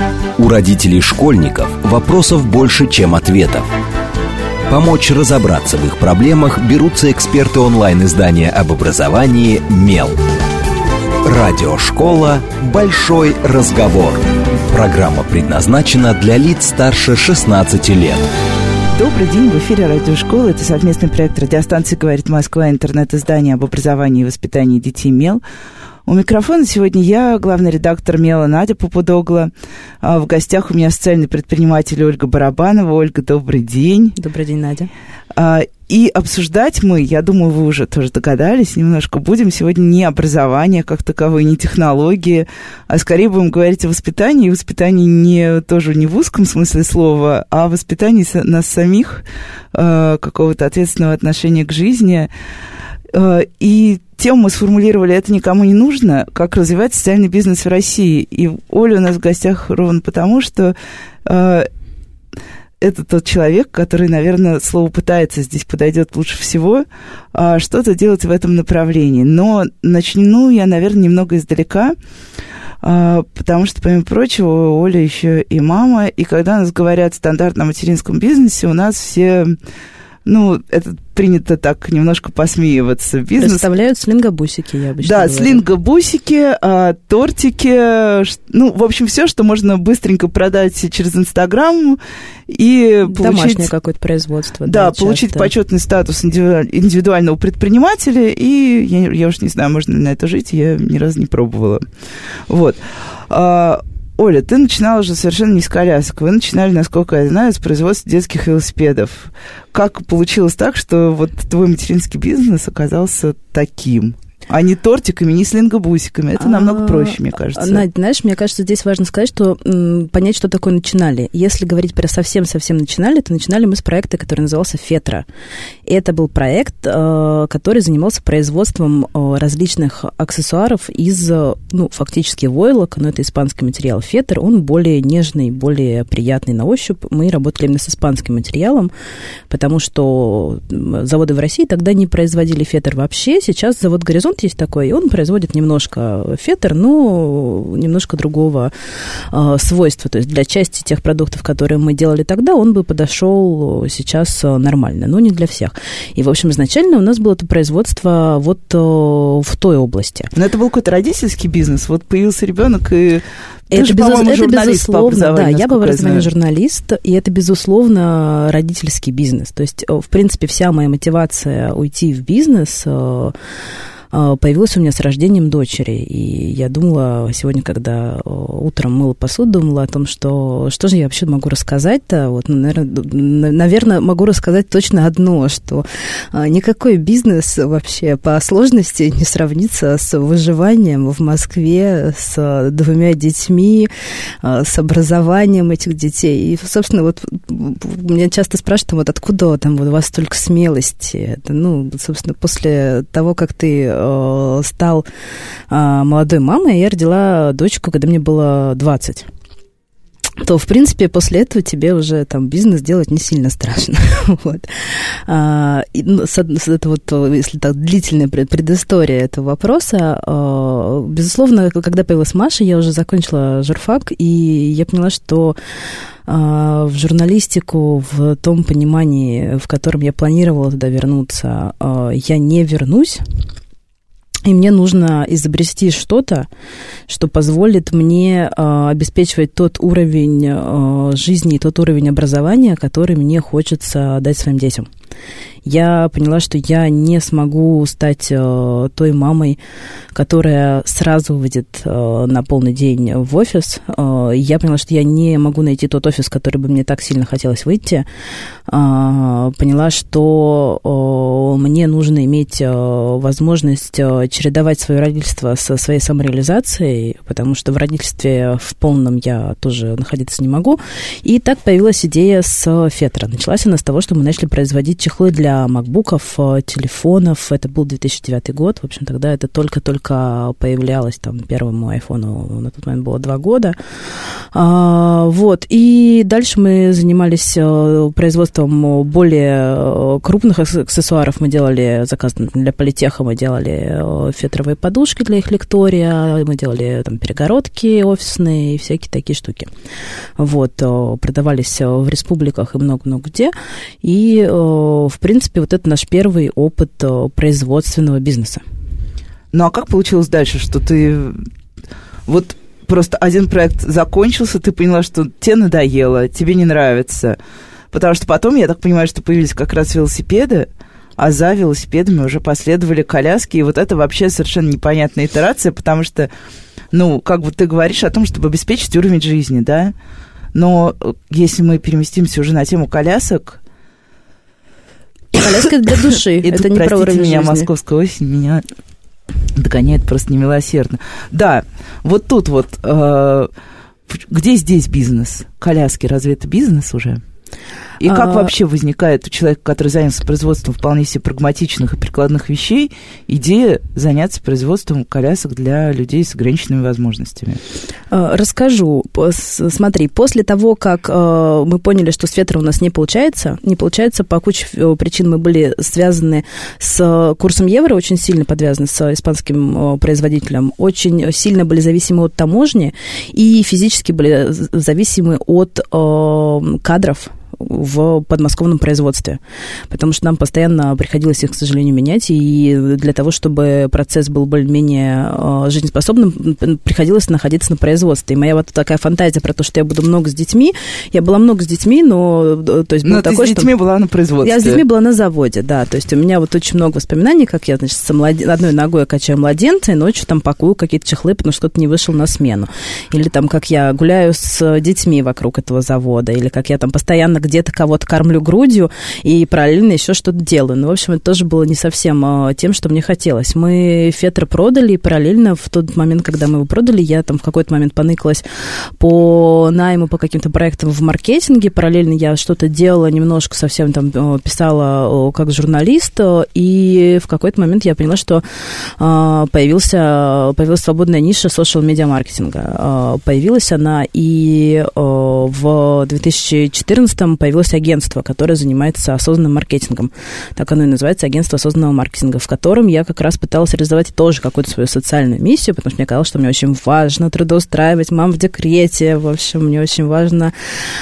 У родителей школьников вопросов больше, чем ответов. Помочь разобраться в их проблемах берутся эксперты онлайн-издания об образовании «Мел». Радиошкола «Большой разговор». Программа предназначена для лиц старше 16 лет. Добрый день, в эфире радиошколы. Это совместный проект радиостанции «Говорит Москва», интернет-издание об образовании и воспитании детей «Мел». У микрофона сегодня я, главный редактор «Мела» Надя Попудогла. В гостях у меня социальный предприниматель Ольга Барабанова. Ольга, добрый день. Добрый день, Надя. И обсуждать мы, я думаю, вы уже тоже догадались, немножко будем сегодня не образование как таковое, не технологии, а скорее будем говорить о воспитании. И воспитании тоже не в узком смысле слова, а воспитании нас самих, какого-то ответственного отношения к жизни. И тему мы сформулировали «Это никому не нужно. Как развивать социальный бизнес в России». И Оля у нас в гостях ровно потому, что это тот человек, который, наверное, слово «пытается» здесь подойдет лучше всего, что-то делать в этом направлении. Но начну я, наверное, немного издалека, потому что, помимо прочего, Оля еще и мама. И когда у нас говорят о стандартном материнском бизнесе, у нас все... это принято так немножко посмеиваться. Бизнес... Представляют слингобусики, я обычно говорю. Да, слингобусики, тортики, в общем, все, что можно быстренько продать через Инстаграм и получить... Домашнее какое-то производство. Да, получить почетный статус индивидуального предпринимателя, и я уж не знаю, можно ли на это жить, я ни разу не пробовала. Вот. Оля, ты начинала уже совершенно не с колясок. Вы начинали, насколько я знаю, с производства детских велосипедов. Как получилось так, что вот твой материнский бизнес оказался таким? А не тортиками, не слингобусиками. Это намного проще, мне кажется. Надь, знаешь, мне кажется, здесь важно сказать, что понять, что такое начинали. Если говорить про совсем-совсем начинали, то начинали мы с проекта, который назывался «Фетра». И это был проект, который занимался производством различных аксессуаров из, фактически войлока, но это испанский материал. Фетр, он более нежный, более приятный на ощупь. Мы работали именно с испанским материалом, потому что заводы в России тогда не производили фетр вообще. Сейчас завод «Горизонт» есть такой, и он производит немножко фетр, но немножко другого свойства. То есть для части тех продуктов, которые мы делали тогда, он бы подошел сейчас нормально, но не для всех. И, в общем, изначально у нас было это производство вот в той области. Но это был какой-то родительский бизнес. Вот появился ребенок, и это, же, журналист по образованию. Да, я по образованию журналист, и это, безусловно, родительский бизнес. То есть, в принципе, вся моя мотивация уйти в бизнес появилась у меня с рождением дочери. И я думала сегодня, когда утром мыла посуду, думала о том, что же я вообще могу рассказать-то. Вот, наверное, могу рассказать точно одно, что никакой бизнес вообще по сложности не сравнится с выживанием в Москве, с 2 детьми, с образованием этих детей. И, собственно, вот меня часто спрашивают, откуда там у вас столько смелости? Это, собственно, после того, как ты стал молодой мамой, я родила дочку, когда мне было 20. То, в принципе, после этого тебе уже там бизнес делать не сильно страшно. Вот. Это вот, если так, длительная предыстория этого вопроса, безусловно, когда появилась Маша, я уже закончила журфак, и я поняла, что в журналистику, в том понимании, в котором я планировала туда вернуться, я не вернусь. И мне нужно изобрести что-то, что позволит мне обеспечивать тот уровень жизни и тот уровень образования, который мне хочется дать своим детям. Я поняла, что я не смогу стать той мамой, которая сразу выйдет на полный день в офис. Я поняла, что я не могу найти тот офис, который бы мне так сильно хотелось выйти. Поняла, что мне нужно иметь возможность чередовать свое родительство со своей самореализацией, потому что в родительстве в полном я тоже находиться не могу. И так появилась идея с Фетра. Началась она с того, что мы начали производить чехлы для макбуков, телефонов. Это был 2009 год. В общем, тогда это только-только появлялось. Там первому айфону на тот момент было 2 года. Вот. И дальше мы занимались производством более крупных аксессуаров. Мы делали заказ для политеха, мы делали фетровые подушки для их лектория, мы делали там перегородки офисные и всякие такие штуки. Вот. Продавались в республиках и много-много где. И, в принципе, вот это наш первый опыт производственного бизнеса. Ну, а как получилось дальше, что ты... Вот просто один проект закончился, ты поняла, что тебе надоело, тебе не нравится. Потому что потом, я так понимаю, что появились как раз велосипеды, а за велосипедами уже последовали коляски. И вот это вообще совершенно непонятная итерация, потому что, ну, как бы ты говоришь о том, чтобы обеспечить уровень жизни, да? Но если мы переместимся уже на тему колясок... Коляска для души, это не про уровень жизни. Московская осень меня... догоняет просто немилосердно. Да, вот тут вот, где здесь бизнес? Коляски, разве это бизнес уже? И как вообще возникает у человека, который занялся производством вполне себе прагматичных и прикладных вещей, идея заняться производством колясок для людей с ограниченными возможностями? Расскажу. Смотри, после того, как мы поняли, что с ветром у нас не получается по куче причин. Мы были связаны с курсом евро, очень сильно подвязаны с испанским производителем, очень сильно были зависимы от таможни и физически были зависимы от кадров в подмосковном производстве, потому что нам постоянно приходилось их, к сожалению, менять, и для того, чтобы процесс был более-менее жизнеспособным, приходилось находиться на производстве. И моя вот такая фантазия про то, что я буду много с детьми, я была много с детьми, но... То есть, но ты такой, с детьми была на производстве. Я с детьми была на заводе, да, то есть у меня вот очень много воспоминаний, как я, значит, одной ногой качаю младенца, и ночью там пакую какие-то чехлы, потому что кто-то не вышел на смену. Или там, как я гуляю с детьми вокруг этого завода, или как я там постоянно где-то кого-то кормлю грудью и параллельно еще что-то делаю. Ну, в общем, это тоже было не совсем тем, что мне хотелось. Мы фетр продали, и параллельно в тот момент, когда мы его продали, я там в какой-то момент поныкалась по найму, по каким-то проектам в маркетинге. Параллельно я что-то делала, немножко совсем там писала как журналист, и в какой-то момент я поняла, что появилась свободная ниша социал-медиа-маркетинга. Появилась она, и в 2014-м появилось агентство, которое занимается осознанным маркетингом. Так оно и называется, агентство осознанного маркетинга, в котором я как раз пыталась реализовать тоже какую-то свою социальную миссию, потому что мне казалось, что мне очень важно трудоустраивать мам в декрете. В общем, мне очень важно,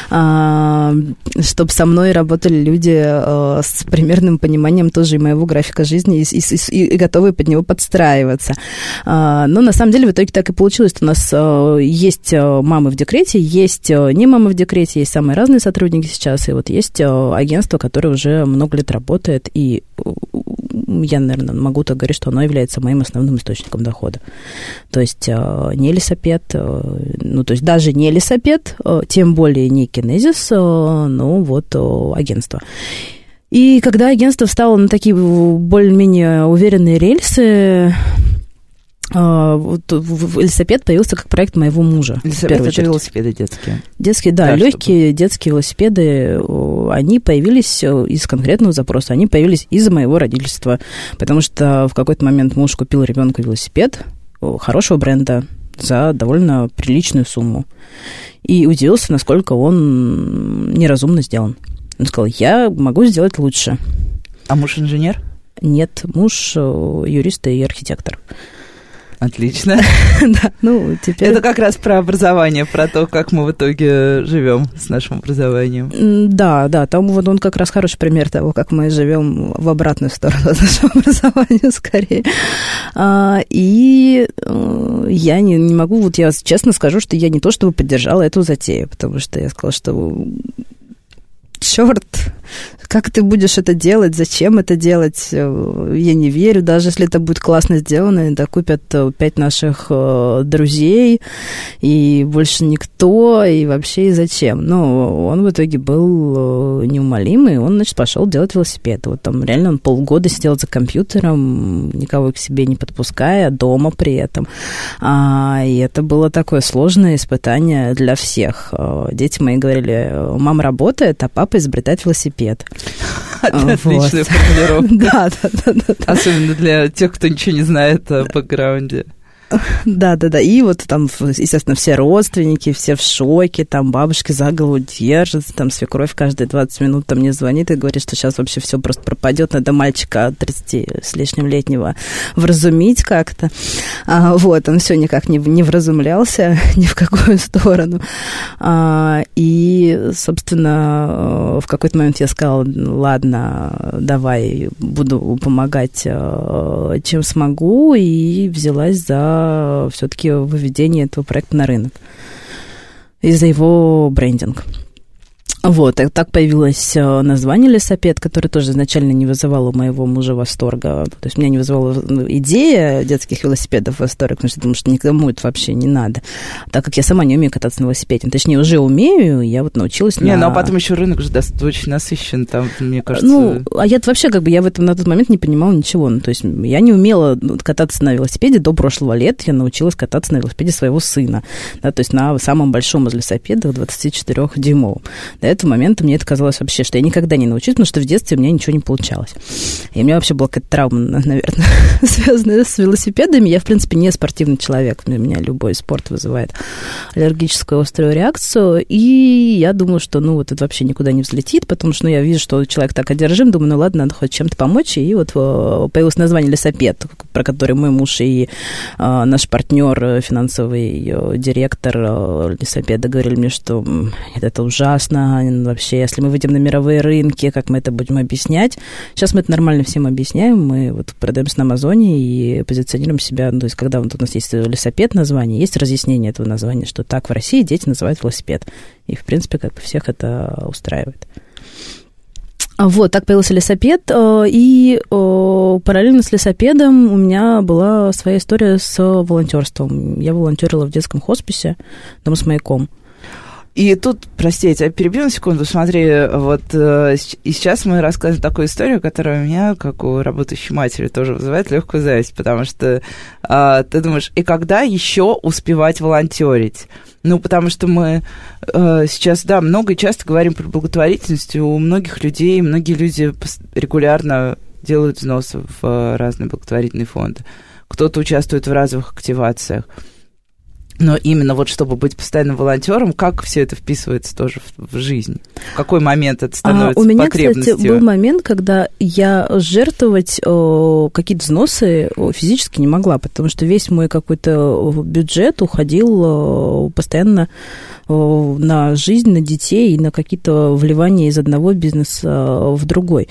чтобы со мной работали люди с примерным пониманием тоже и моего графика жизни и готовые под него подстраиваться. Но на самом деле в итоге так и получилось, что у нас есть мамы в декрете, есть не мамы в декрете, есть самые разные сотрудники сейчас, и вот есть агентство, которое уже много лет работает, и я, наверное, могу так говорить, что оно является моим основным источником дохода. То есть не лесопед, ну, то есть даже не лесопед, тем более не кинезис, но вот агентство. И когда агентство встало на такие более-менее уверенные рельсы, велосипед появился как проект моего мужа. Велосипед — это велосипеды детские? Детские, да, легкие детские велосипеды, они появились из конкретного запроса, они появились из-за моего родительства, потому что в какой-то момент муж купил ребенку велосипед хорошего бренда за довольно приличную сумму и удивился, насколько он неразумно сделан. Он сказал, я могу сделать лучше. А муж инженер? Нет, муж юрист и архитектор. Отлично. Да, ну, теперь... Это как раз про образование, про то, как мы в итоге живем с нашим образованием. Да, там вот он как раз хороший пример того, как мы живем в обратную сторону от нашего образования, скорее. И я не могу, вот я честно скажу, что я не то чтобы поддержала эту затею, потому что я сказала, что... Черт, как ты будешь это делать, зачем это делать, я не верю, даже если это будет классно сделано, это купят 5 наших друзей, и больше никто, и вообще и зачем. Но он в итоге был неумолимый, он, значит, пошел делать велосипед. Вот там реально он полгода сидел за компьютером, никого к себе не подпуская, дома при этом. И это было такое сложное испытание для всех. Дети мои говорили, мама работает, а папа изобретать велосипед. Отличная формулировка. Да. Особенно для тех, кто ничего не знает о бэкграунде. Да. И вот там, естественно, все родственники, все в шоке, там бабушки за голову держатся, там свекровь каждые 20 минут там мне звонит и говорит, что сейчас вообще все просто пропадет, надо мальчика 30 с лишним летнего вразумить как-то. Вот, он все никак не вразумлялся ни в какую сторону. И, собственно, в какой-то момент я сказала, ладно, давай, буду помогать, чем смогу, и взялась за все-таки выведение этого проекта на рынок и за его брендинг. Вот, и так появилось название «Лесопед», которое тоже изначально не вызывало у моего мужа восторга. То есть меня не вызывала идея детских велосипедов восторга, потому что я думаю, что никому это вообще не надо. Так как я сама не умею кататься на велосипеде. Точнее, уже умею, я вот научилась ну а потом еще рынок же достаточно насыщен, там, мне кажется... Ну, а я вообще, я в этом на тот момент не понимала ничего. Ну, то есть я не умела кататься на велосипеде до прошлого лета, я научилась кататься на велосипеде своего сына. Да, то есть на самом большом из велосипедов, 24-дюймовом. До этого момента мне это казалось вообще, что я никогда не научусь, потому что в детстве у меня ничего не получалось. И у меня вообще была какая-то травма, наверное, связанная с велосипедами. Я, в принципе, не спортивный человек. У меня любой спорт вызывает аллергическую острую реакцию. И я думала, что, вот это вообще никуда не взлетит, потому что, я вижу, что человек так одержим. Думаю, ладно, надо хоть чем-то помочь. И вот появилось название «Лесопед», про которое мой муж и наш партнер, финансовый директор Лесопеда, говорили мне, что это ужасно, вообще, если мы выйдем на мировые рынки, как мы это будем объяснять? Сейчас мы это нормально всем объясняем, мы вот продаемся на Амазоне и позиционируем себя, то есть когда вот у нас есть «Лесопед» название, есть разъяснение этого названия, что так в России дети называют велосипед. И, в принципе, всех это устраивает. Вот, так появился «Лесопед», и параллельно с «Лесопедом» у меня была своя история с волонтерством. Я волонтерила в детском хосписе «Дом с маяком». И тут, прости, я тебя перебью на секунду, смотри, вот и сейчас мы рассказываем такую историю, которая у меня, как у работающей матери, тоже вызывает легкую зависть, потому что ты думаешь, и когда еще успевать волонтерить? Ну, потому что мы сейчас, да, много и часто говорим про благотворительность, у многих людей, многие люди регулярно делают взносы в разные благотворительные фонды, кто-то участвует в разовых активациях. Но именно вот чтобы быть постоянным волонтером, как все это вписывается тоже в жизнь? В какой момент это становится потребностью? У меня, кстати, был момент, когда я жертвовать какие-то взносы физически не могла, потому что весь мой какой-то бюджет уходил постоянно на жизнь, на детей и на какие-то вливания из одного бизнеса в другой.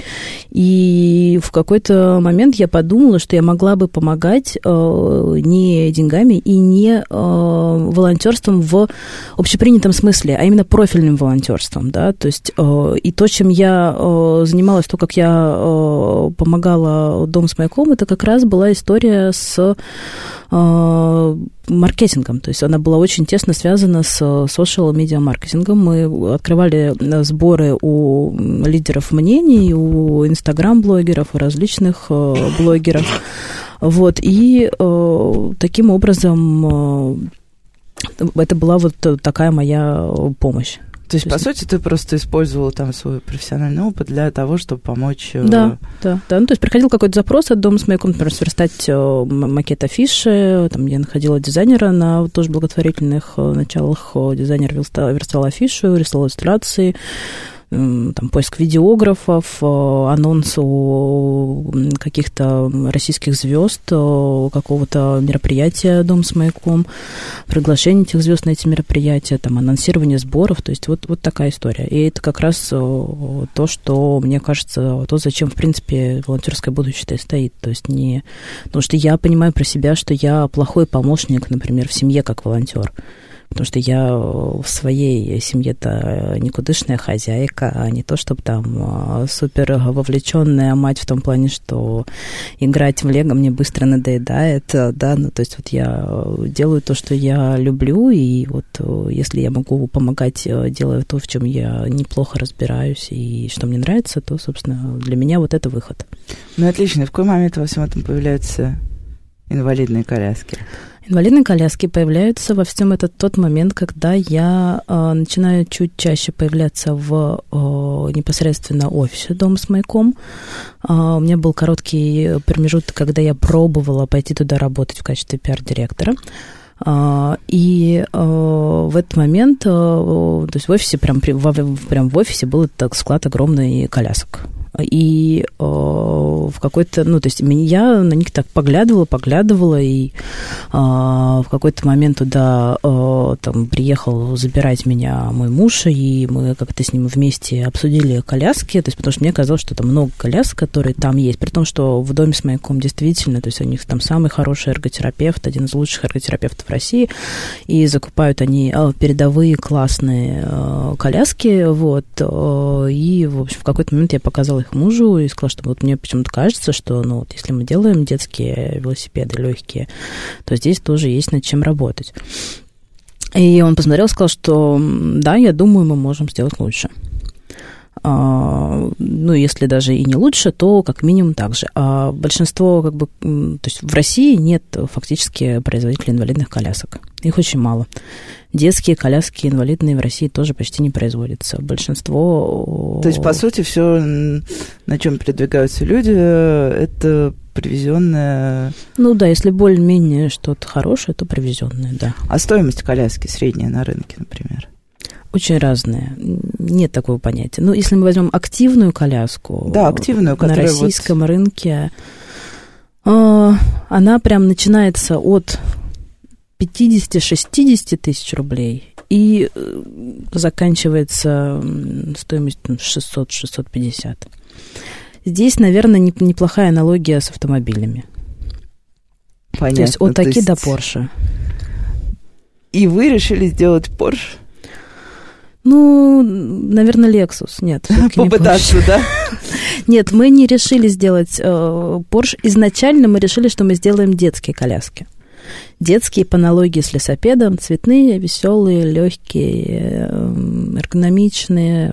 И в какой-то момент я подумала, что я могла бы помогать не деньгами и не волонтерством в общепринятом смысле, а именно профильным волонтерством, да, то есть и то, чем я занималась, то, как я помогала «Дом с маяком», это как раз была история с маркетингом, то есть она была очень тесно связана с social-медиа-маркетингом. Мы открывали сборы у лидеров мнений, у инстаграм-блогеров, у различных блогеров, вот, и таким образом это была вот такая моя помощь. То есть, по сути, ты просто использовала там свой профессиональный опыт для того, чтобы помочь... Да. Ну, то есть приходил какой-то запрос от «Дома с маяком», например, сверстать макет афиши, там я находила дизайнера на тоже благотворительных началах, дизайнер верстал афишу, рисовал иллюстрации, там, поиск видеографов, анонс у каких-то российских звезд, какого-то мероприятия «Дом с маяком», приглашение этих звезд на эти мероприятия, там, анонсирование сборов, то есть вот такая история. И это как раз то, что, мне кажется, то, зачем, в принципе, волонтерское будущее стоит. То есть не... Потому что я понимаю про себя, что я плохой помощник, например, в семье как волонтер. Потому что я в своей семье-то никудышная хозяйка, а не то, чтобы там супер вовлеченная мать в том плане, что играть в лего мне быстро надоедает, да, ну, то есть вот я делаю то, что я люблю, и вот если я могу помогать, делая то, в чем я неплохо разбираюсь и что мне нравится, то, собственно, для меня вот это выход. Ну, отлично. В какой момент во всем этом появляются инвалидные коляски? Инвалидные коляски появляются во всем это тот момент, когда я начинаю чуть чаще появляться в непосредственно офисе «Дом с маяком». У меня был короткий промежуток, когда я пробовала пойти туда работать в качестве пиар-директора. И в этот момент, то есть в офисе, прям в офисе был так склад огромный колясок. И в какой-то, то есть я на них так поглядывала, и в какой-то момент туда там приехал забирать меня мой муж, и мы как-то с ним вместе обсудили коляски, то есть потому что мне казалось, что там много колясок, которые там есть, при том, что в «Доме с маяком» действительно, то есть у них там самый хороший эрготерапевт, один из лучших эрготерапевтов в России, и закупают они передовые классные коляски, вот, и, в общем, в какой-то момент я показала их мужу и сказала, что вот мне почему-то кажется, что, вот если мы делаем детские велосипеды легкие, то здесь тоже есть над чем работать. И он посмотрел и сказал, что да, я думаю, мы можем сделать лучше. Если даже и не лучше, то как минимум так же. А большинство, то есть в России нет фактически производителей инвалидных колясок. Их очень мало. Детские коляски инвалидные в России тоже почти не производятся. Большинство... То есть, по сути, все, на чем передвигаются люди, это привезенное... Да, если более-менее что-то хорошее, то привезенное, да. А стоимость коляски средняя на рынке, например? Очень разные. Нет такого понятия. Если мы возьмем активную коляску, да, активную, на российском рынке, она прям начинается от 50-60 тысяч рублей и заканчивается стоимостью 600-650. Здесь, наверное, неплохая аналогия с автомобилями. Понятно. То есть от Аки до Порше. И вы решили сделать Порш? Наверное, Lexus. Нет. Попытаться, да? Нет, мы не решили сделать Porsche. Изначально мы решили, что мы сделаем детские коляски. Детские по аналогии с велосипедом, цветные, веселые, легкие, эргономичные.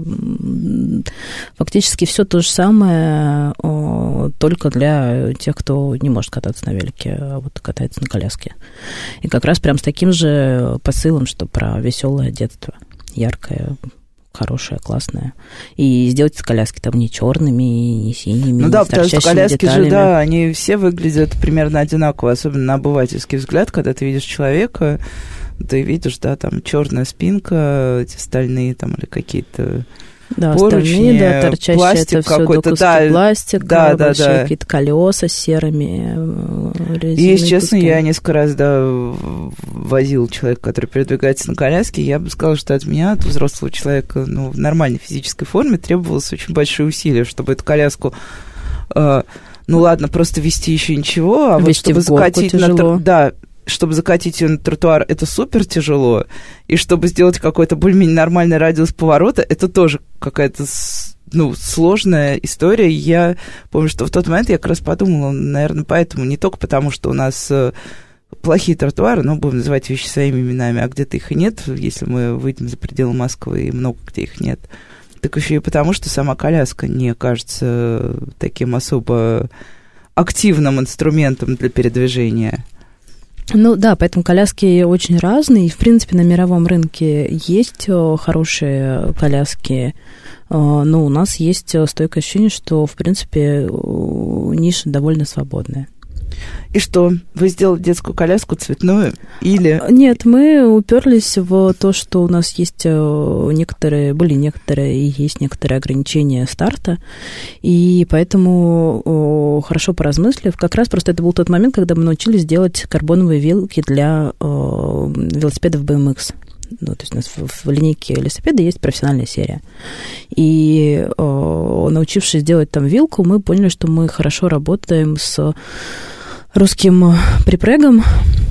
Фактически все то же самое, только для тех, кто не может кататься на велике, а катается на коляске. И как раз прям с таким же посылом, что про веселое детство. Яркое, хорошее, классное. И сделать коляски там не черными, не синими, не потому что коляски деталями. же, да, они все выглядят примерно одинаково, особенно на обывательский взгляд, когда ты видишь человека, ты видишь, да, там черная спинка, эти стальные там или какие-то... Да, поручни, остальные, да, торчащие, пластик это все какой-то, пластик, большие какие-то колеса с серыми резиновыми. И, если честно, я несколько раз, возил человека, который передвигается на коляске, я бы сказала, что от меня, от взрослого человека, в нормальной физической форме требовалось очень большие усилия, чтобы эту коляску... ладно, просто вести еще ничего, а вести чтобы закатить тяжело. Чтобы закатить ее на тротуар, это супер тяжело. И чтобы сделать какой-то более-менее нормальный радиус поворота, это тоже какая-то, сложная история. Я помню, что в тот момент я как раз подумала, наверное, поэтому, не только потому, что у нас плохие тротуары, но будем называть вещи своими именами, а где-то их и нет, если мы выйдем за пределы Москвы, и много где их нет. Так еще и потому, что сама коляска не кажется таким особо активным инструментом для передвижения. Да, поэтому коляски очень разные. И, в принципе, на мировом рынке есть хорошие коляски, но у нас есть стойкое ощущение, что, в принципе, ниша довольно свободная. И что, вы сделали детскую коляску цветную или... Нет, мы уперлись в то, что у нас есть были некоторые и есть некоторые ограничения старта, и поэтому, хорошо поразмыслив, как раз просто это был тот момент, когда мы научились делать карбоновые вилки для велосипедов BMX. То есть у нас в линейке велосипеда есть профессиональная серия. И научившись делать там вилку, мы поняли, что мы хорошо работаем с русским припрегом,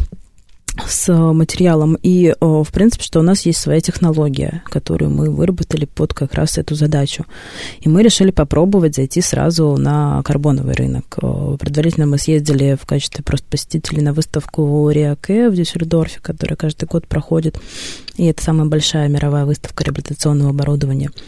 с материалом, и, в принципе, что у нас есть своя технология, которую мы выработали под как раз эту задачу. И мы решили попробовать зайти сразу на карбоновый рынок. Предварительно мы съездили в качестве просто посетителей на выставку РИАК в Дюссельдорфе, которая каждый год проходит, и это самая большая мировая выставка реабилитационного оборудования.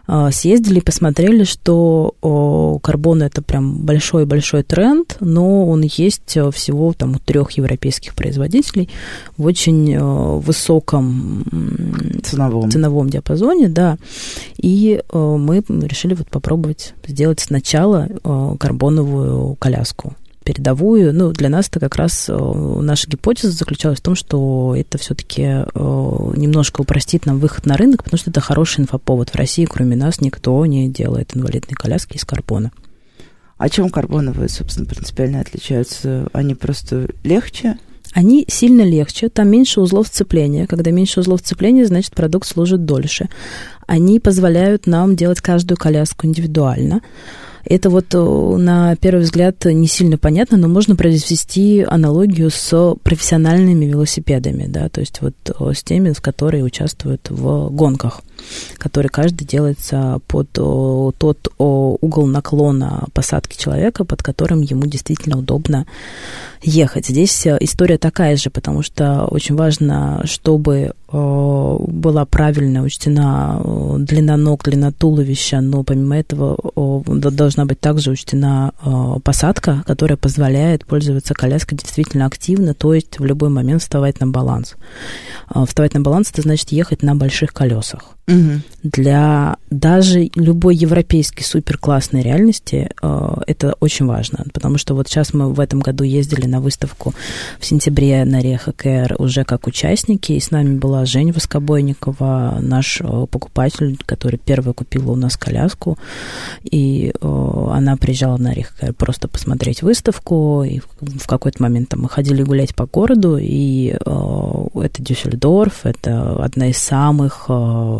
съездили и посмотрели, что карбон – это прям большой-большой тренд, но он есть всего там у 3 европейских производителей в очень высоком ценовом диапазоне, да. И мы решили вот попробовать сделать сначала карбоновую коляску. Передовую. Ну, для нас это как раз наша гипотеза заключалась в том, что это все-таки немножко упростит нам выход на рынок, потому что это хороший инфоповод. В России, кроме нас, никто не делает инвалидные коляски из карбона. А чем карбоновые, собственно, принципиально отличаются? Они просто легче? Они сильно легче, там меньше узлов сцепления. Когда меньше узлов сцепления, значит, продукт служит дольше. Они позволяют нам делать каждую коляску индивидуально. Это вот на первый взгляд не сильно понятно, но можно произвести аналогию с профессиональными велосипедами, да, то есть вот с теми, которые участвуют в гонках, которые каждый делается под тот угол наклона посадки человека, под которым ему действительно удобно ехать. Здесь история такая же, потому что очень важно, чтобы была правильно учтена длина ног, длина туловища, но помимо этого должна быть также учтена посадка, которая позволяет пользоваться коляской действительно активно, то есть в любой момент вставать на баланс. Вставать на баланс – это значит ехать на больших колесах. Угу. Для даже любой европейской суперклассной реальности это очень важно, потому что вот сейчас мы в этом году ездили на выставку в сентябре на Реха-Кэр уже как участники, и с нами была Женя Воскобойникова, наш покупатель, который первый купила у нас коляску, и она приезжала на Реха-Кэр просто посмотреть выставку, и в какой-то момент там мы ходили гулять по городу, и это Дюссельдорф, это одна из самых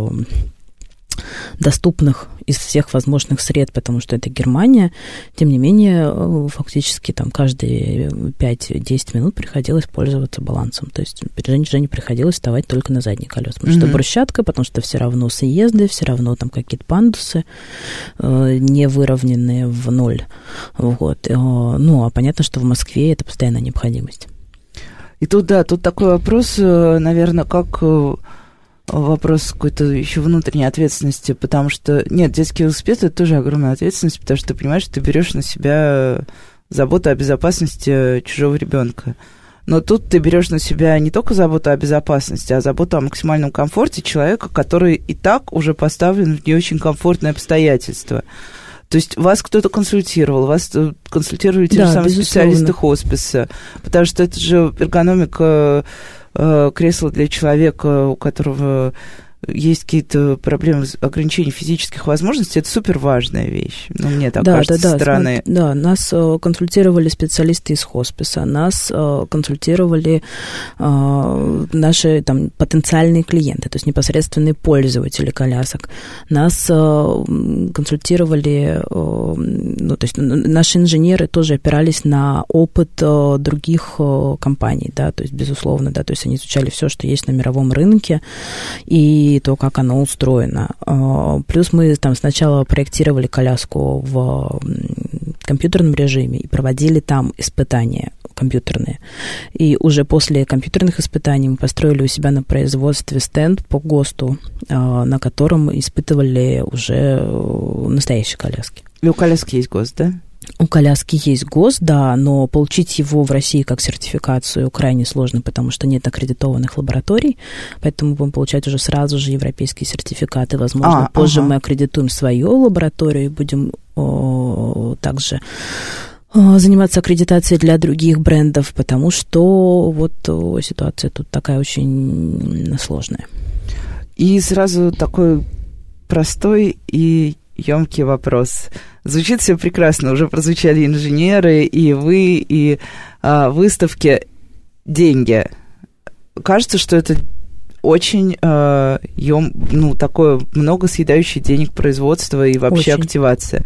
доступных из всех возможных сред, потому что это Германия. Тем не менее, фактически там каждые 5-10 минут приходилось пользоваться балансом. То есть Жене приходилось вставать только на задние колеса. Потому что брусчатка, потому что все равно съезды, все равно там какие-то пандусы не выровненные в ноль. Вот. Ну, а понятно, что в Москве это постоянная необходимость. И тут, да, тут такой вопрос, наверное, как вопрос какой-то еще внутренней ответственности, потому что, нет, детский велосипед – это тоже огромная ответственность, потому что ты понимаешь, что ты берешь на себя заботу о безопасности чужого ребенка. Но тут ты берешь на себя не только заботу о безопасности, а заботу о максимальном комфорте человека, который и так уже поставлен в не очень комфортные обстоятельства. То есть вас кто-то консультировал, вас консультировали те же самые специалисты хосписа, потому что это же эргономика кресла для человека, у которого есть какие-то проблемы, ограничения физических возможностей, это супер важная вещь. Ну, мне так кажется, со стороны. Да, нас консультировали специалисты из хосписа, нас консультировали наши там потенциальные клиенты, то есть непосредственные пользователи колясок. Нас консультировали, ну, то есть наши инженеры тоже опирались на опыт других компаний, да, то есть, безусловно, да, то есть они изучали все, что есть на мировом рынке, и то, как оно устроено. Плюс мы там сначала проектировали коляску в компьютерном режиме и проводили там испытания компьютерные. И уже после компьютерных испытаний мы построили у себя на производстве стенд по ГОСТу, на котором испытывали уже настоящие коляски. И у коляски есть ГОСТ, да? У коляски есть ГОСТ, да, но получить его в России как сертификацию крайне сложно, потому что нет аккредитованных лабораторий, поэтому будем получать уже сразу же европейские сертификаты. Возможно, позже мы аккредитуем свою лабораторию и будем также заниматься аккредитацией для других брендов, потому что вот ситуация тут такая очень сложная. И сразу такой простой и ёмкий вопрос. Звучит все прекрасно, уже прозвучали инженеры, и вы, и выставки. Деньги. Кажется, что это очень такое много съедающее денег производство и вообще очень. Активация.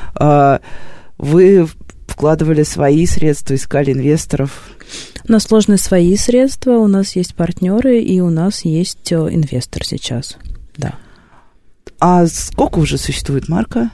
Вы вкладывали свои средства, искали инвесторов? У нас сложные свои средства, у нас есть партнеры, и у нас есть инвестор сейчас, да. А сколько уже существует марка?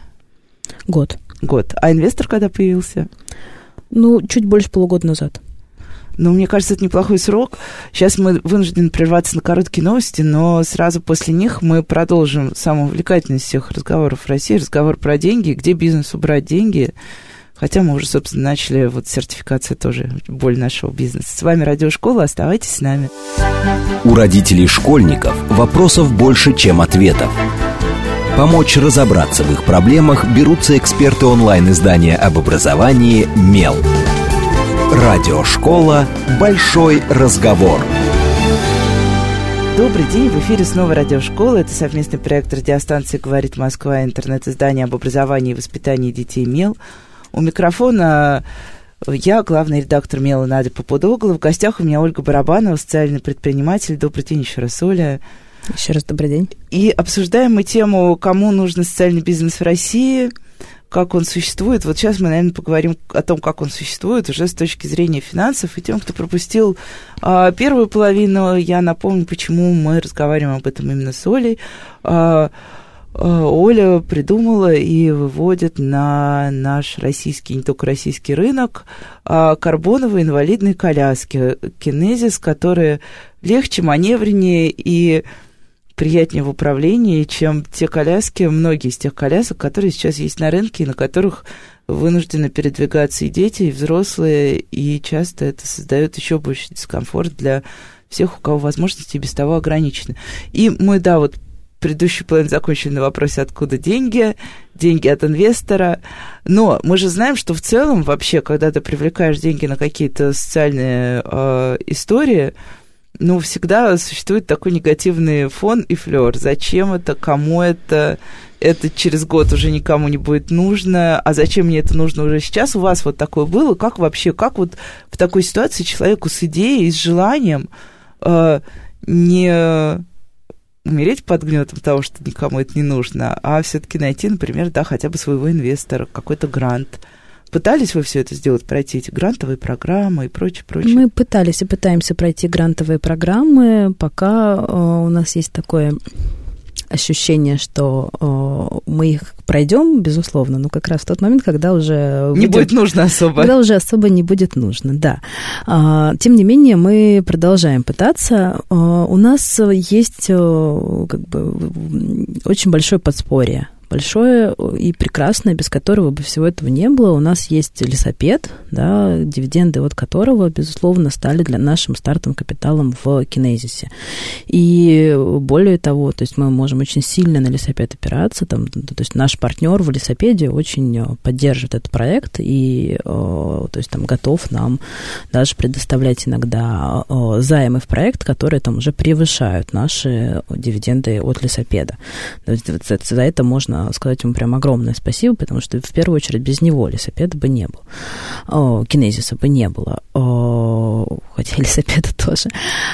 Год. А инвестор когда появился? Ну, чуть больше полугода назад. Но мне кажется, это неплохой срок. Сейчас мы вынуждены прерваться на короткие новости, но сразу после них мы продолжим самый увлекательный из всех разговоров в России, разговор про деньги, где бизнесу брать деньги. Хотя мы уже, собственно, начали, вот сертификация тоже боль нашего бизнеса. С вами Радиошкола, оставайтесь с нами. У родителей школьников вопросов больше, чем ответов. Помочь разобраться в их проблемах берутся эксперты онлайн-издания об образовании «Мел». Радиошкола «Большой разговор». Добрый день, в эфире снова Радиошкола. Это совместный проект радиостанции «Говорит Москва» и интернет-издание об образовании и воспитании детей «Мел». У микрофона я, главный редактор «Мела» Надя Попудогла. В гостях у меня Ольга Барабанова, социальный предприниматель. Добрый день еще раз, Оля. Еще раз добрый день. И обсуждаем мы тему, кому нужен социальный бизнес в России, как он существует. Вот сейчас мы, наверное, поговорим о том, как он существует уже с точки зрения финансов. И тем, кто пропустил первую половину, я напомню, почему мы разговариваем об этом именно с Олей. Оля придумала и выводит на наш российский, не только российский рынок, карбоновые инвалидные коляски Kinesis, которые легче, маневреннее и приятнее в управлении, чем те коляски, многие из тех колясок, которые сейчас есть на рынке, и на которых вынуждены передвигаться и дети, и взрослые, и часто это создает еще больше дискомфорт для всех, у кого возможности без того ограничены. И мы, да, вот предыдущий план закончили на вопросе, откуда деньги. Деньги от инвестора. Но мы же знаем, что в целом вообще, когда ты привлекаешь деньги на какие-то социальные истории, ну, всегда существует такой негативный фон и флёр. Зачем это? Кому это? Это через год уже никому не будет нужно. А зачем мне это нужно уже сейчас? У вас вот такое было? Как вообще, как вот в такой ситуации человеку с идеей, с желанием не умереть под гнетом того, что никому это не нужно, а все-таки найти, например, да, хотя бы своего инвестора, какой-то грант. Пытались вы все это сделать, пройти эти грантовые программы и прочее, прочее? Мы пытались и пытаемся пройти грантовые программы, пока у нас есть такое ощущение, что мы их пройдем, безусловно, но как раз в тот момент, когда уже... Не будет нужно особо. Когда уже особо не будет нужно, да. Тем не менее, мы продолжаем пытаться. У нас есть как бы очень большое подспорье. Большое и прекрасное, без которого бы всего этого не было. У нас есть лесопед, да, дивиденды от которого, безусловно, стали для нашим стартовым капиталом в Kinesis. И более того, то есть мы можем очень сильно на лесопед опираться. Там, то есть наш партнер в лесопеде очень поддерживает этот проект и то есть, там, готов нам даже предоставлять иногда займы в проект, которые там уже превышают наши дивиденды от лесопеда. То есть за это можно сказать ему прям огромное спасибо, потому что в первую очередь без него лесопеда бы не было, Kinesis бы не было, хотя лесопеда тоже.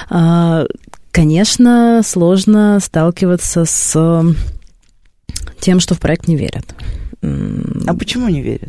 Конечно, сложно сталкиваться с тем, что в проект не верят. А почему не верят?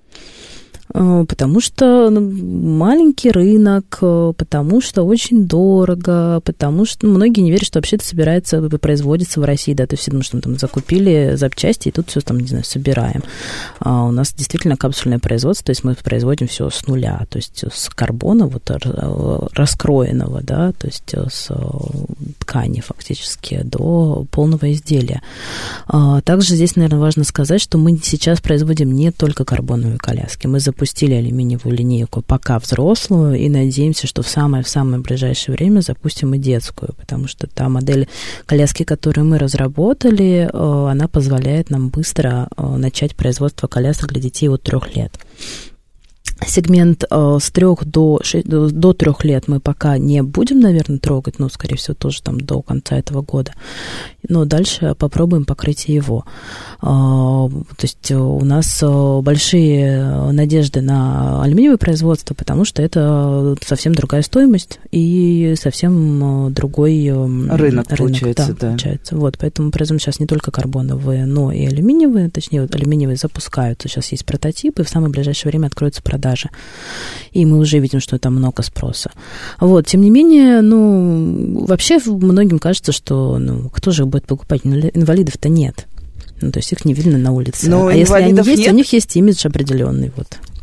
Потому что маленький рынок, потому что очень дорого, потому что многие не верят, что вообще это собирается, производится в России, да, то есть все думают, что мы там закупили запчасти и тут все там, не знаю, собираем. У нас действительно капсульное производство, то есть мы производим все с нуля, то есть с карбона вот раскроенного, да, то есть с ткани фактически до полного изделия. Также здесь, наверное, важно сказать, что мы сейчас производим не только карбоновые коляски, мы запустили алюминиевую линейку пока взрослую и надеемся, что в самое ближайшее время запустим и детскую, потому что та модель коляски, которую мы разработали, она позволяет нам быстро начать производство колясок для детей от 3 лет. Сегмент с 3 до 3 лет мы пока не будем, наверное, трогать, но, скорее всего, тоже там до конца этого года. Но дальше попробуем покрыть его. То есть у нас большие надежды на алюминиевое производство, потому что это совсем другая стоимость и совсем другой рынок получается, да. Получается. Вот, поэтому мы производим сейчас не только карбоновые, но и алюминиевые. Точнее, вот алюминиевые запускаются. Сейчас есть прототипы, и в самое ближайшее время откроются продажи. И мы уже видим, что там много спроса. Вот, тем не менее, вообще многим кажется, что, кто же их будет покупать? Инвалидов-то нет. То есть их не видно на улице. Но а если они есть, нет? У них есть имидж определенный. Вот.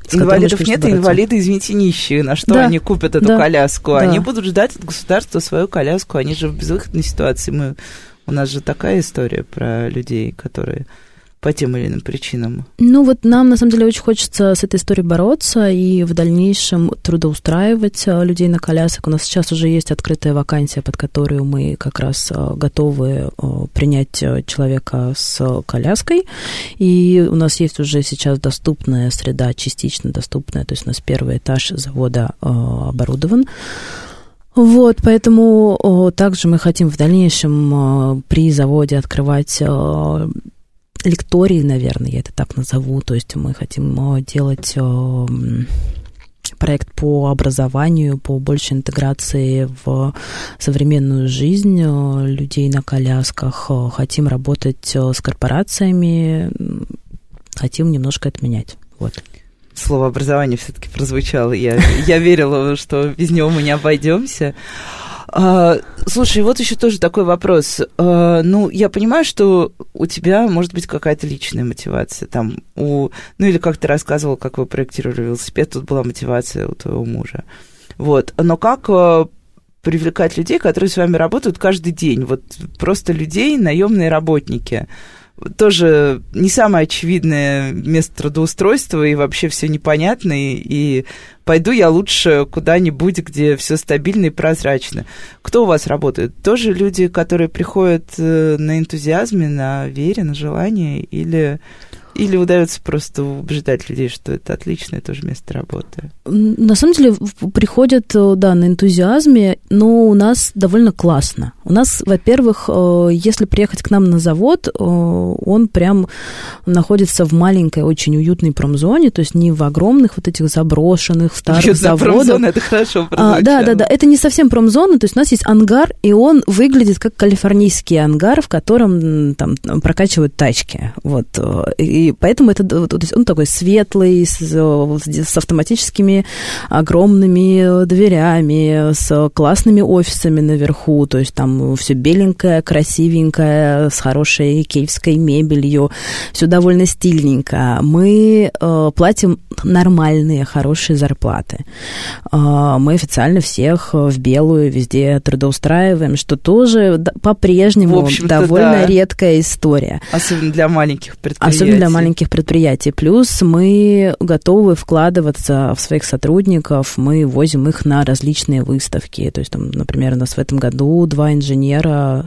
инвалидов нет, и инвалиды, извините, нищие. На что они купят эту коляску? Они будут ждать от государства свою коляску. Они же в безвыходной ситуации. У нас же такая история про людей, которые по тем или иным причинам. Ну вот нам, на самом деле, очень хочется с этой историей бороться и в дальнейшем трудоустраивать людей на колясок. У нас сейчас уже есть открытая вакансия, под которую мы как раз готовы принять человека с коляской. И у нас есть уже сейчас доступная среда, частично доступная, то есть у нас первый этаж завода оборудован. Вот, поэтому также мы хотим в дальнейшем при заводе открывать лектории, наверное, я это так назову, то есть мы хотим делать проект по образованию, по большей интеграции в современную жизнь людей на колясках, хотим работать с корпорациями, хотим немножко это менять, вот. Слово образование все-таки прозвучало. Я верила, что без него мы не обойдемся. Слушай, вот еще тоже такой вопрос. Ну, я понимаю, что у тебя может быть какая-то личная мотивация. Там, ну, или как ты рассказывал, как вы проектировали велосипед, тут была мотивация у твоего мужа. Вот. Но как привлекать людей, которые с вами работают каждый день? Вот просто людей, наемные работники. Тоже не самое очевидное место трудоустройства, и вообще все непонятно, и пойду я лучше куда-нибудь, где все стабильно и прозрачно. Кто у вас работает? Тоже люди, которые приходят на энтузиазме, на вере, на желании, или удается просто убеждать людей, что это отличное тоже место работы? На самом деле приходят, да, на энтузиазме, но у нас довольно классно. У нас, во-первых, если приехать к нам на завод, он прям находится в маленькой, очень уютной промзоне, то есть не в огромных вот этих заброшенных старых заводах. Промзона, это хорошо прозвучало. Да, это не совсем промзона, то есть у нас есть ангар, и он выглядит как калифорнийский ангар, в котором там прокачивают тачки, вот. И поэтому то есть он такой светлый, с автоматическими огромными дверями, с классными офисами наверху, то есть там все беленькое, красивенькое, с хорошей киевской мебелью, все довольно стильненько. Мы платим нормальные, хорошие зарплаты. Мы официально всех в белую везде трудоустраиваем, что тоже по-прежнему довольно редкая история. Особенно для маленьких предприятий. Плюс мы готовы вкладываться в своих сотрудников, мы возим их на различные выставки. То есть, там, например, у нас в этом году 2 инженера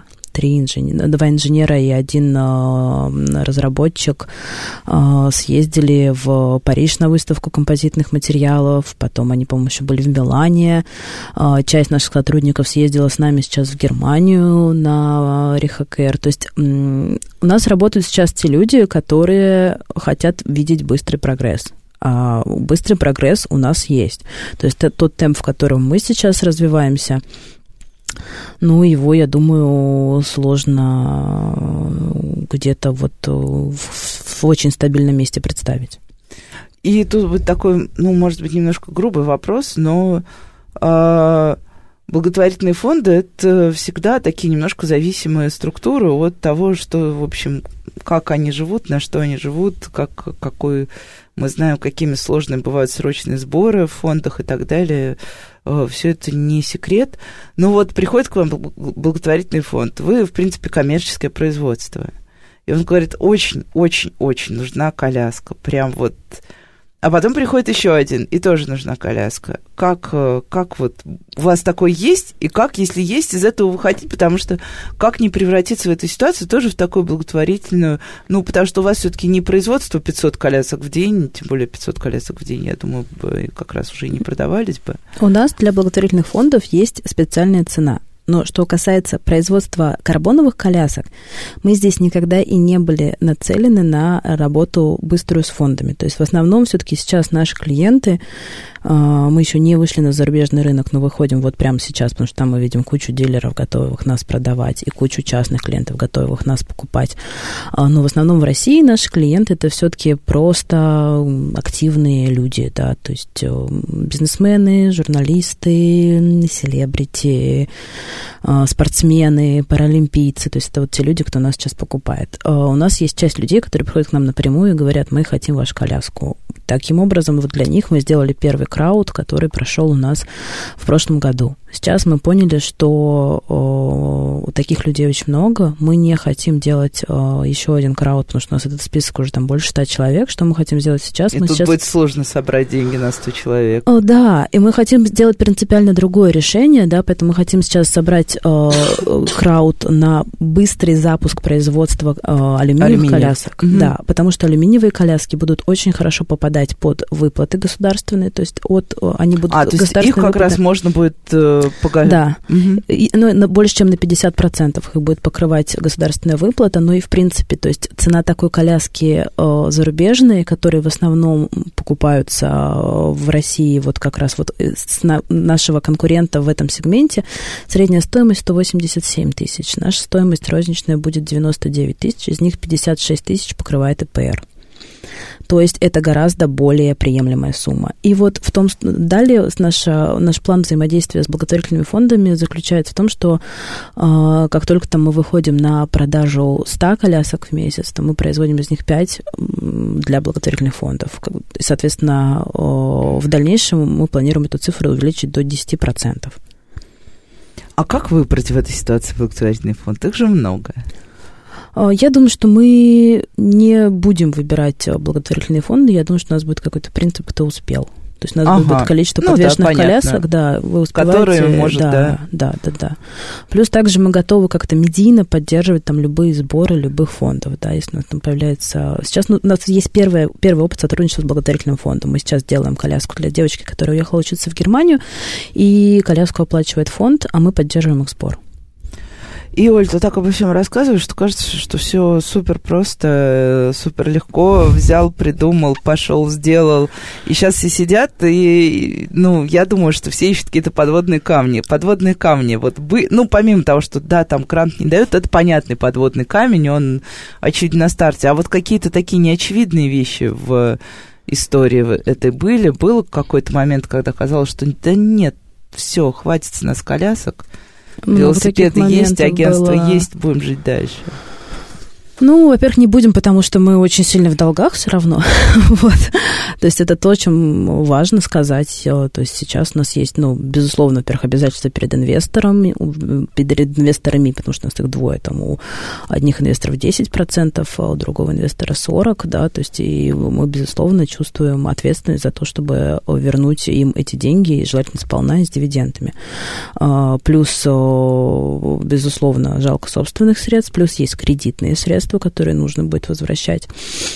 и 1 разработчик съездили в Париж на выставку композитных материалов, потом они, по-моему, еще были в Милане. Часть наших сотрудников съездила с нами сейчас в Германию на Рихакер. То есть у нас работают сейчас те люди, которые хотят видеть быстрый прогресс. А быстрый прогресс у нас есть. То есть тот темп, в котором мы сейчас развиваемся, ну, его, я думаю, сложно где-то вот в очень стабильном месте представить. И тут вот такой, ну, может быть, немножко грубый вопрос, но благотворительные фонды – это всегда такие немножко зависимые структуры от того, что, в общем, как они живут, на что они живут, мы знаем, какими сложными бывают срочные сборы в фондах и так далее. Все это не секрет. Но вот приходит к вам благотворительный фонд, вы, в принципе, коммерческое производство. И он говорит, очень-очень-очень нужна коляска. Прям вот. А потом приходит еще один, и тоже нужна коляска. Как вот у вас такое есть, и как, если есть, из этого выходить, потому что как не превратиться в эту ситуацию тоже в такую благотворительную, ну, потому что у вас все-таки не производство 500 колясок в день, тем более 500 колясок в день, я думаю, как раз уже и не продавались бы. У нас для благотворительных фондов есть специальная цена. Но что касается производства карбоновых колясок, мы здесь никогда и не были нацелены на работу быструю с фондами. То есть в основном все-таки сейчас наши клиенты, мы еще не вышли на зарубежный рынок, но выходим вот прямо сейчас, потому что там мы видим кучу дилеров, готовых нас продавать, и кучу частных клиентов, готовых нас покупать. Но в основном в России наши клиенты это все-таки просто активные люди, да, то есть бизнесмены, журналисты, селебрити, спортсмены, паралимпийцы, то есть это вот те люди, кто нас сейчас покупает. У нас есть часть людей, которые приходят к нам напрямую и говорят, мы хотим вашу коляску. Таким образом, вот для них мы сделали первый крауд, который прошел у нас в прошлом году. Сейчас мы поняли, что таких людей очень много. Мы не хотим делать еще один крауд, потому что у нас этот список уже там больше 100 человек. Что мы хотим сделать сейчас? И тут будет сложно собрать деньги на 100 человек. Да, и мы хотим сделать принципиально другое решение, да, поэтому мы хотим сейчас собрать крауд на быстрый запуск производства алюминиевых колясок. Mm-hmm. Да, потому что алюминиевые коляски будут очень хорошо попадать под выплаты государственные, то есть они будут государственные то есть их как выплаты. Раз можно будет погасить. Да, больше чем на 50% их будет покрывать государственная выплата, но и в принципе, то есть цена такой коляски зарубежной, которые в основном покупаются в России, вот как раз вот с нашего конкурента в этом сегменте, средняя стоимость 187 тысяч, наша стоимость розничная будет 99 тысяч, из них 56 тысяч покрывает ИПР. То есть это гораздо более приемлемая сумма. И вот в том, далее наш план взаимодействия с благотворительными фондами заключается в том, что как только там мы выходим на продажу 100 колясок в месяц, то мы производим из них 5 для благотворительных фондов. Соответственно, в дальнейшем мы планируем эту цифру увеличить до 10%. А как вы против этой ситуации благотворительный фонд? Их же много. Я думаю, что мы не будем выбирать благотворительные фонды. Я думаю, что у нас будет какой-то принцип, кто успел. То есть у нас будет количество подвешенных колясок, да, вы успеваете. Которые, может, да. Плюс также мы готовы как-то медийно поддерживать там любые сборы любых фондов, да, если у нас там появляется... Сейчас у нас есть первый опыт сотрудничества с благотворительным фондом. Мы сейчас делаем коляску для девочки, которая уехала учиться в Германию, и коляску оплачивает фонд, а мы поддерживаем их сбор. И, Оль, ты так обо всем рассказываешь, что кажется, что все супер просто, супер легко. Взял, придумал, пошел, сделал. И сейчас все сидят, и, я думаю, что все ищут какие-то подводные камни. Подводные камни, помимо того, что, да, там грант не дают, это понятный подводный камень, он очевидно на старте. А вот какие-то такие неочевидные вещи в истории этой были? Был какой-то момент, когда казалось, что да нет, все, хватит с нас колясок. Велосипеды есть, агентство есть, будем жить дальше. Во-первых, не будем, потому что мы очень сильно в долгах все равно. Вот. То есть это то, о чем важно сказать. То есть сейчас у нас есть, безусловно, во-первых, обязательства перед инвесторами, потому что у нас их двое. Там у одних инвесторов 10%, а у другого инвестора 40%, да, то есть и мы, безусловно, чувствуем ответственность за то, чтобы вернуть им эти деньги, желательно сполна и с дивидендами. Плюс, безусловно, жалко собственных средств, плюс есть кредитные средства, которые нужно будет возвращать.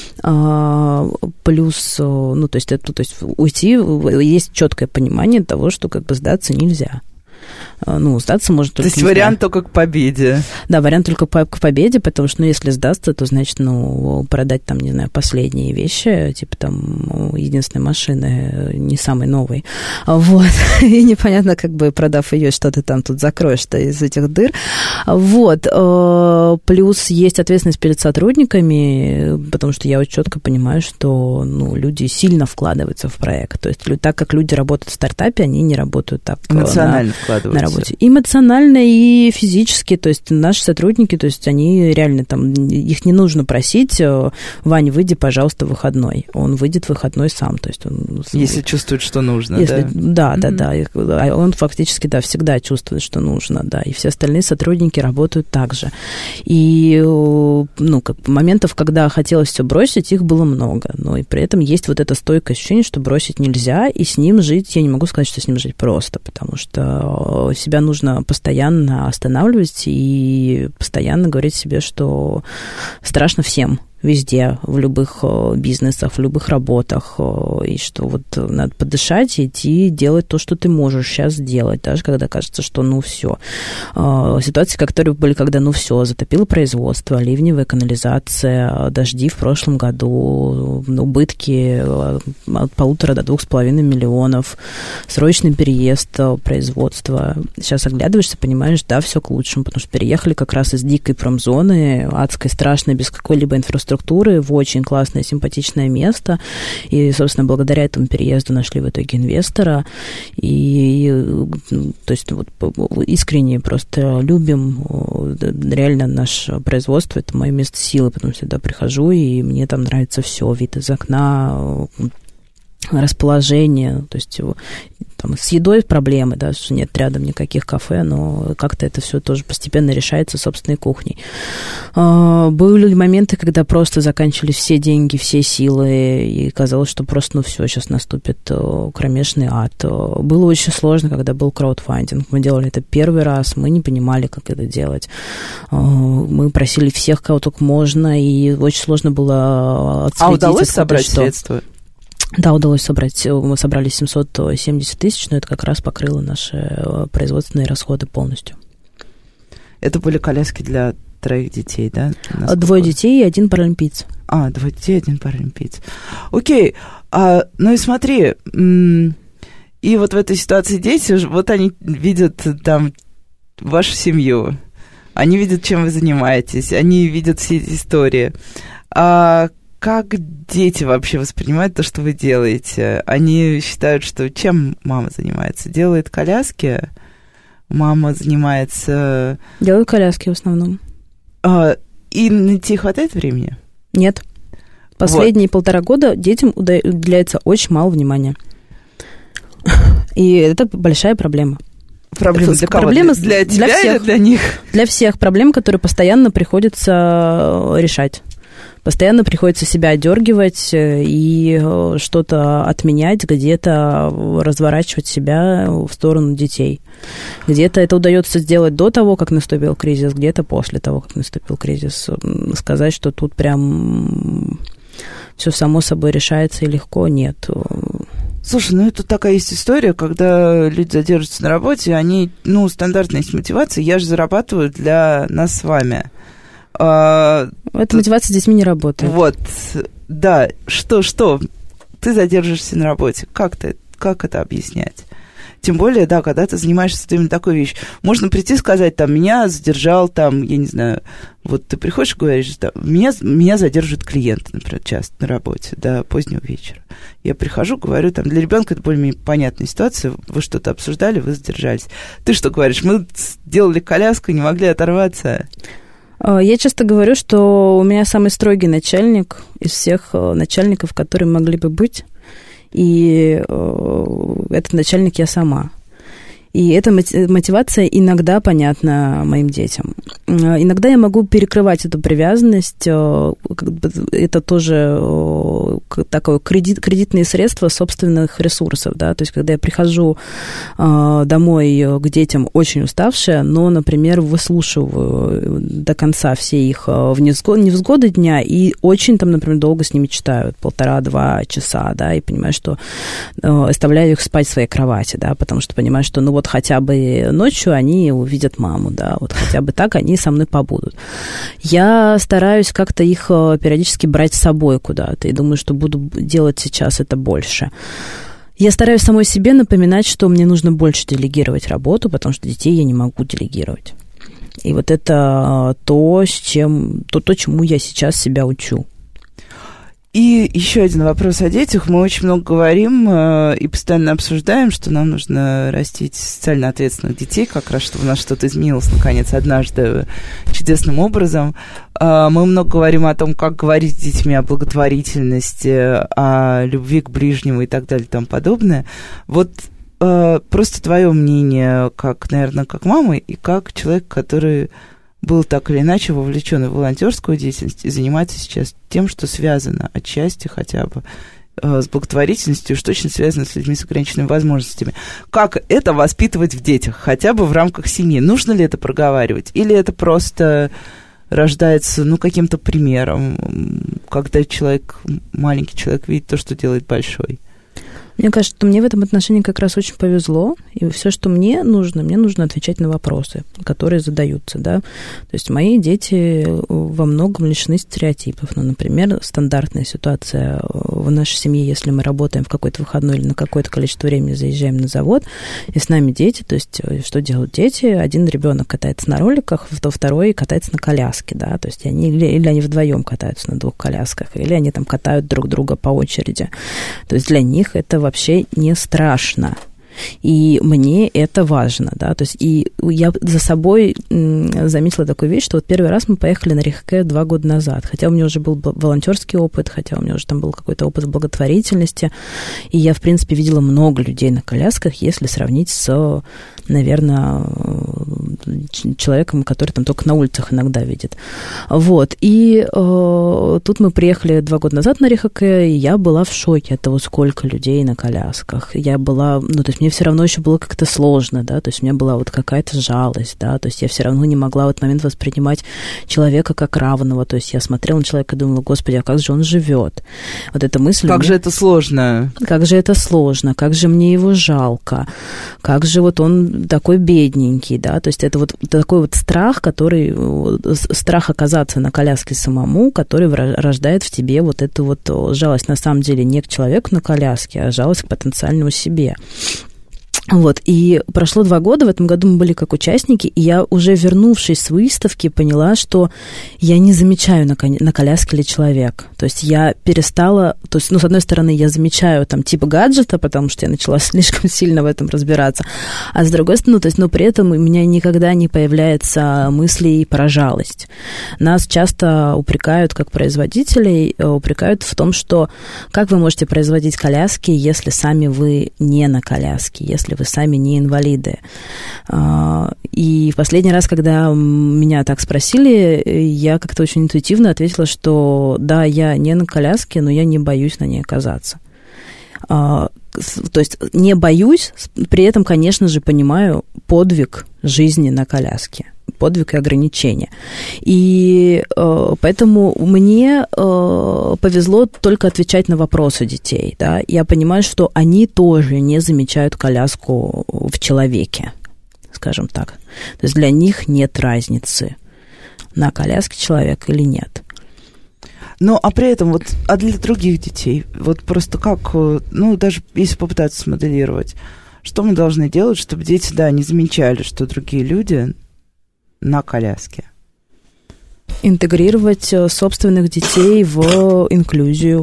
Плюс, уйти, есть четкое понимание того, что сдаться нельзя. Сдаться можно только... То есть вариант только к победе. Да, вариант только к победе, потому что, если сдастся, то, значит, продать там, не знаю, последние вещи, типа там единственной машины, не самой новой. Вот. И непонятно, продав ее, что ты там тут закроешь-то из этих дыр. Вот. Плюс есть ответственность перед сотрудниками, потому что я очень четко понимаю, что, люди сильно вкладываются в проект. То есть так как люди работают в стартапе, они не работают так эмоционально вкладываются. На работе. Эмоционально и физически, то есть наши сотрудники, то есть они реально там, их не нужно просить, Вань, выйди, пожалуйста, в выходной. Он выйдет в выходной сам. То есть он, если чувствует, что нужно, да? Да. Он фактически, да, всегда чувствует, что нужно, да. И все остальные сотрудники работают так же. И, моментов, когда хотелось все бросить, их было много. Но и при этом есть вот это стойкое ощущение, что бросить нельзя, и с ним жить, я не могу сказать, что с ним жить просто, потому что себя нужно постоянно останавливать и постоянно говорить себе, что страшно всем. Везде, в любых бизнесах, в любых работах, и что надо подышать и идти делать то, что ты можешь сейчас делать, даже когда кажется, что все. Ситуации, которые были, когда все, затопило производство, ливневая канализация, дожди в прошлом году, убытки от 1,5 до 2,5 миллионов, срочный переезд производства. Сейчас оглядываешься, понимаешь, да, все к лучшему, потому что переехали как раз из дикой промзоны, адской, страшной, без какой-либо инфраструктуры, инфраструктуры в очень классное, симпатичное место. И, собственно, благодаря этому переезду нашли в итоге инвестора. И то есть вот искренне просто любим реально наше производство. Это мое место силы, потому что я туда прихожу, и мне там нравится все. Вид из окна, расположение, то есть там, с едой проблемы, да, что нет рядом никаких кафе, но как-то это все тоже постепенно решается собственной кухней. Были моменты, когда просто заканчивались все деньги, все силы, и казалось, что просто, ну, все, сейчас наступит кромешный ад. Было очень сложно, когда был краудфандинг. Мы делали это первый раз, мы не понимали, как это делать. Мы просили всех, кого только можно, и очень сложно было отследить. А удалось собрать средства? Да, удалось собрать. Мы собрали 770 тысяч, но это как раз покрыло наши производственные расходы полностью. Это были коляски для 3 детей, да? Насколько? 2 детей и 1 паралимпиец. 2 детей и 1 паралимпиец. Окей. Ну и смотри, и вот в этой ситуации дети, вот они видят там вашу семью, они видят, чем вы занимаетесь, они видят все эти истории. Как дети вообще воспринимают то, что вы делаете? Они считают, что чем мама занимается? Делает коляски? Мама занимается... Делают коляски в основном. И найти хватает времени? Нет. Последние 1,5 года детям уделяется очень мало внимания. И это большая проблема. Проблема для кого? Для тебя всех, или для них? Для всех. Проблемы, которые постоянно приходится решать. Постоянно приходится себя отдергивать и что-то отменять, где-то разворачивать себя в сторону детей. Где-то это удается сделать до того, как наступил кризис, где-то после того, как наступил кризис. Сказать, что тут прям все само собой решается и легко, нет. Слушай, ну это такая есть история, когда люди задерживаются на работе, они, стандартная есть мотивация, я же зарабатываю для нас с вами. Эта мотивация с детьми не работает. Вот, да. Что? Ты задержишься на работе. Как это объяснять? Тем более, да, когда ты занимаешься именно такой вещью. Можно прийти и сказать, там, меня задержал, там, я не знаю, вот ты приходишь и говоришь, да, меня задерживают клиенты, например, часто на работе, до позднего вечера. Я прихожу, говорю, там, для ребенка это более-менее понятная ситуация, вы что-то обсуждали, вы задержались. Ты что говоришь? Мы делали коляску, не могли оторваться. Я часто говорю, что у меня самый строгий начальник из всех начальников, которые могли бы быть, и этот начальник я сама. И эта мотивация иногда понятна моим детям. Иногда я могу перекрывать эту привязанность. Это тоже такое кредитные средства собственных ресурсов. Да? То есть, когда я прихожу домой к детям очень уставшая, но, например, выслушиваю до конца все их невзгоды дня и очень там, например, долго с ними читаю, 1,5-2 часа, да, и понимаю, что оставляю их спать в своей кровати, да, потому что понимаю, что, вот хотя бы ночью они увидят маму, да, вот хотя бы так они со мной побудут. Я стараюсь как-то их периодически брать с собой куда-то, и думаю, что буду делать сейчас это больше. Я стараюсь самой себе напоминать, что мне нужно больше делегировать работу, потому что детей я не могу делегировать. И вот это то, чему я сейчас себя учу. И еще один вопрос о детях. Мы очень много говорим и постоянно обсуждаем, что нам нужно растить социально ответственных детей, как раз чтобы у нас что-то изменилось, наконец, однажды чудесным образом. Мы много говорим о том, как говорить с детьми о благотворительности, о любви к ближнему и так далее и тому подобное. Вот просто твое мнение, наверное, как мамы и как человек, который был так или иначе вовлечен в волонтерскую деятельность и занимается сейчас тем, что связано отчасти хотя бы с благотворительностью, что очень связано с людьми с ограниченными возможностями. Как это воспитывать в детях, хотя бы в рамках семьи? Нужно ли это проговаривать? Или это просто рождается, каким-то примером, когда маленький человек видит то, что делает большой? Мне кажется, что мне в этом отношении как раз очень повезло, и все, что мне нужно отвечать на вопросы, которые задаются, да. То есть мои дети во многом лишены стереотипов. Ну, например, стандартная ситуация в нашей семье, если мы работаем в какой-то выходной или на какое-то количество времени заезжаем на завод, и с нами дети, то есть что делают дети? Один ребенок катается на роликах, второй катается на коляске, да, то есть или они вдвоем катаются на 2 колясках, или они там катают друг друга по очереди. То есть для них это вообще не страшно. И мне это важно, да, то есть и я за собой заметила такую вещь, что вот первый раз мы поехали на Рихке 2 года назад, хотя у меня уже был волонтерский опыт, хотя у меня уже там был какой-то опыт благотворительности, и я, в принципе, видела много людей на колясках, если сравнить с, наверное, человеком, который там только на улицах иногда видит. Вот, и тут мы приехали 2 года назад на Рихке, и я была в шоке от того, сколько людей на колясках. Я была, ну, то есть мне все равно еще было как-то сложно, да, то есть у меня была вот какая-то жалость, да, то есть я все равно не могла в этот момент воспринимать человека как равного, то есть я смотрела на человека и думала, господи, а как же он живет? Вот эта мысль... Как же это сложно? Как же это сложно, как же мне его жалко, как же вот он такой бедненький, да, то есть это вот такой вот страх, который, страх оказаться на коляске самому, который рождает в тебе вот эту вот жалость, на самом деле, не к человеку на коляске, а жалость к потенциальному себе. Вот, и прошло 2 года, в этом году мы были как участники, и я уже, вернувшись с выставки, поняла, что я не замечаю на коляске ли человек. То есть я перестала, то есть, ну, с одной стороны, я замечаю там типа гаджета, потому что я начала слишком сильно в этом разбираться, а с другой стороны, то есть, но при этом у меня никогда не появляется мыслей про жалость. Нас часто упрекают, как производителей, упрекают в том, что как вы можете производить коляски, если сами вы не на коляске, если вы сами не инвалиды. И в последний раз, когда меня так спросили, я как-то очень интуитивно ответила, что да, я не на коляске, но я не боюсь на ней оказаться. То есть не боюсь, при этом, конечно же, понимаю подвиг жизни на коляске, подвиг и ограничения. И поэтому мне повезло только отвечать на вопросы детей. Да? Я понимаю, что они тоже не замечают коляску в человеке, скажем так. То есть для них нет разницы, на коляске человек или нет. Ну, а при этом, вот, а для других детей, вот просто как, ну, даже если попытаться смоделировать, что мы должны делать, чтобы дети, да, не замечали, что другие люди на коляске? Интегрировать собственных детей в инклюзию,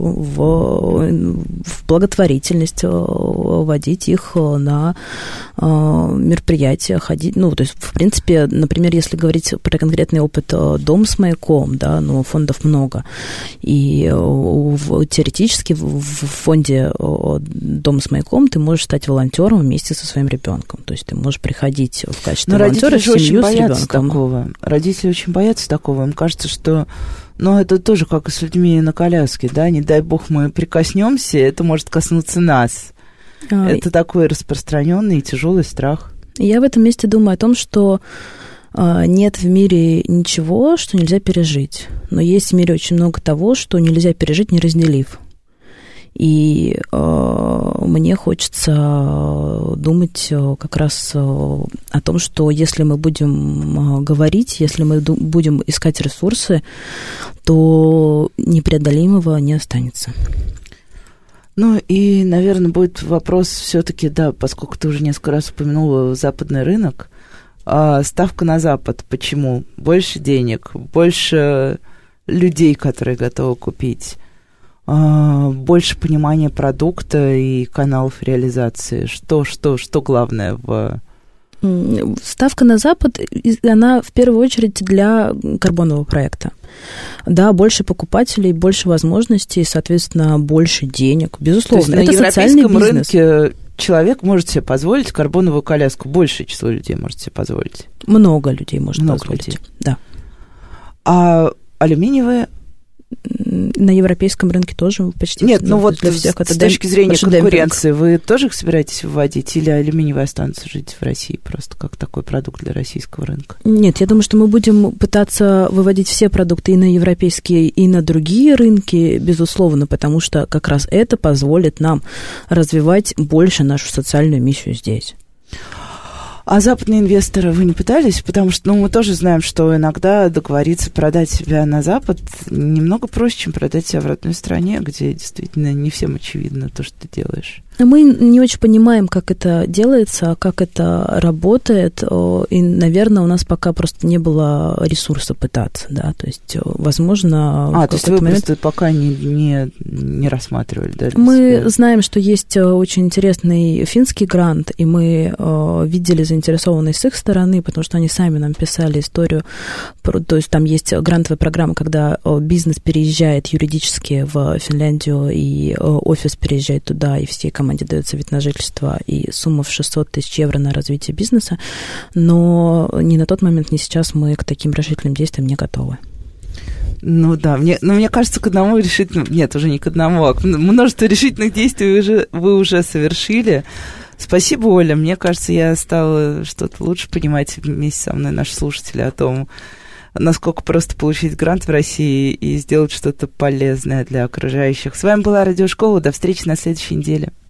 в благотворительность, водить их на мероприятия, ходить. Ну, то есть, в принципе, например, если говорить про конкретный опыт «Дом с маяком», да, но фондов много, и теоретически в фонде «Дом с маяком» ты можешь стать волонтером вместе со своим ребенком. То есть ты можешь приходить в качестве волонтера в семью с ребенком. Родители очень боятся такого. Им кажется, что, ну, это тоже как и с людьми на коляске, да, не дай бог мы прикоснемся, это может коснуться нас. Это такой распространенный и тяжелый страх. Я в этом месте думаю о том, что нет в мире ничего, что нельзя пережить, но есть в мире очень много того, что нельзя пережить, не разделив. И мне хочется думать как раз о том, что если мы будем говорить, если мы будем искать ресурсы, то непреодолимого не останется. Ну и, наверное, будет вопрос все-таки, да, поскольку ты уже несколько раз упомянула западный рынок, ставка на Запад. Почему? Больше денег, больше людей, которые готовы купить, больше понимания продукта и каналов реализации. Что главное в... Ставка на Запад, она в первую очередь для карбонового проекта. Да, больше покупателей, больше возможностей, соответственно, больше денег. Безусловно, то есть это социальный бизнес. На европейском рынке человек может себе позволить карбоновую коляску. Большее число людей может себе позволить. Много людей может позволить. Людей. Да. А алюминиевые? на европейском рынке тоже почти. Нет, ну вот для всех с точки зрения конкуренции вы тоже их собираетесь выводить, или алюминиевые останутся жить в России просто как такой продукт для российского рынка? Нет, я думаю, что мы будем пытаться выводить все продукты и на европейские, и на другие рынки, безусловно, потому что как раз это позволит нам развивать больше нашу социальную миссию здесь. А западные инвесторы вы не пытались? Потому что мы тоже знаем, что иногда договориться продать себя на Запад немного проще, чем продать себя в родной стране, где действительно не всем очевидно то, что ты делаешь. Мы не очень понимаем, как это делается, как это работает, и, наверное, у нас пока просто не было ресурса пытаться, да, то есть, возможно... то есть вы просто пока не рассматривали, да? Мы знаем, что есть очень интересный финский грант, и мы видели заинтересованность с их стороны, потому что они сами нам писали историю, то есть там есть грантовая программа, когда бизнес переезжает юридически в Финляндию, и офис переезжает туда, и всей команде дается вид на жительство, и сумма в 600 тысяч евро на развитие бизнеса, но ни на тот момент, ни сейчас мы к таким решительным действиям не готовы. Ну да, мне кажется, к одному решительному... Нет, уже не к одному, а к множеству решительных действий вы уже совершили. Спасибо, Оля. Мне кажется, я стала что-то лучше понимать вместе со мной, наши слушатели, о том, насколько просто получить грант в России и сделать что-то полезное для окружающих. С вами была Радиошкола. До встречи на следующей неделе.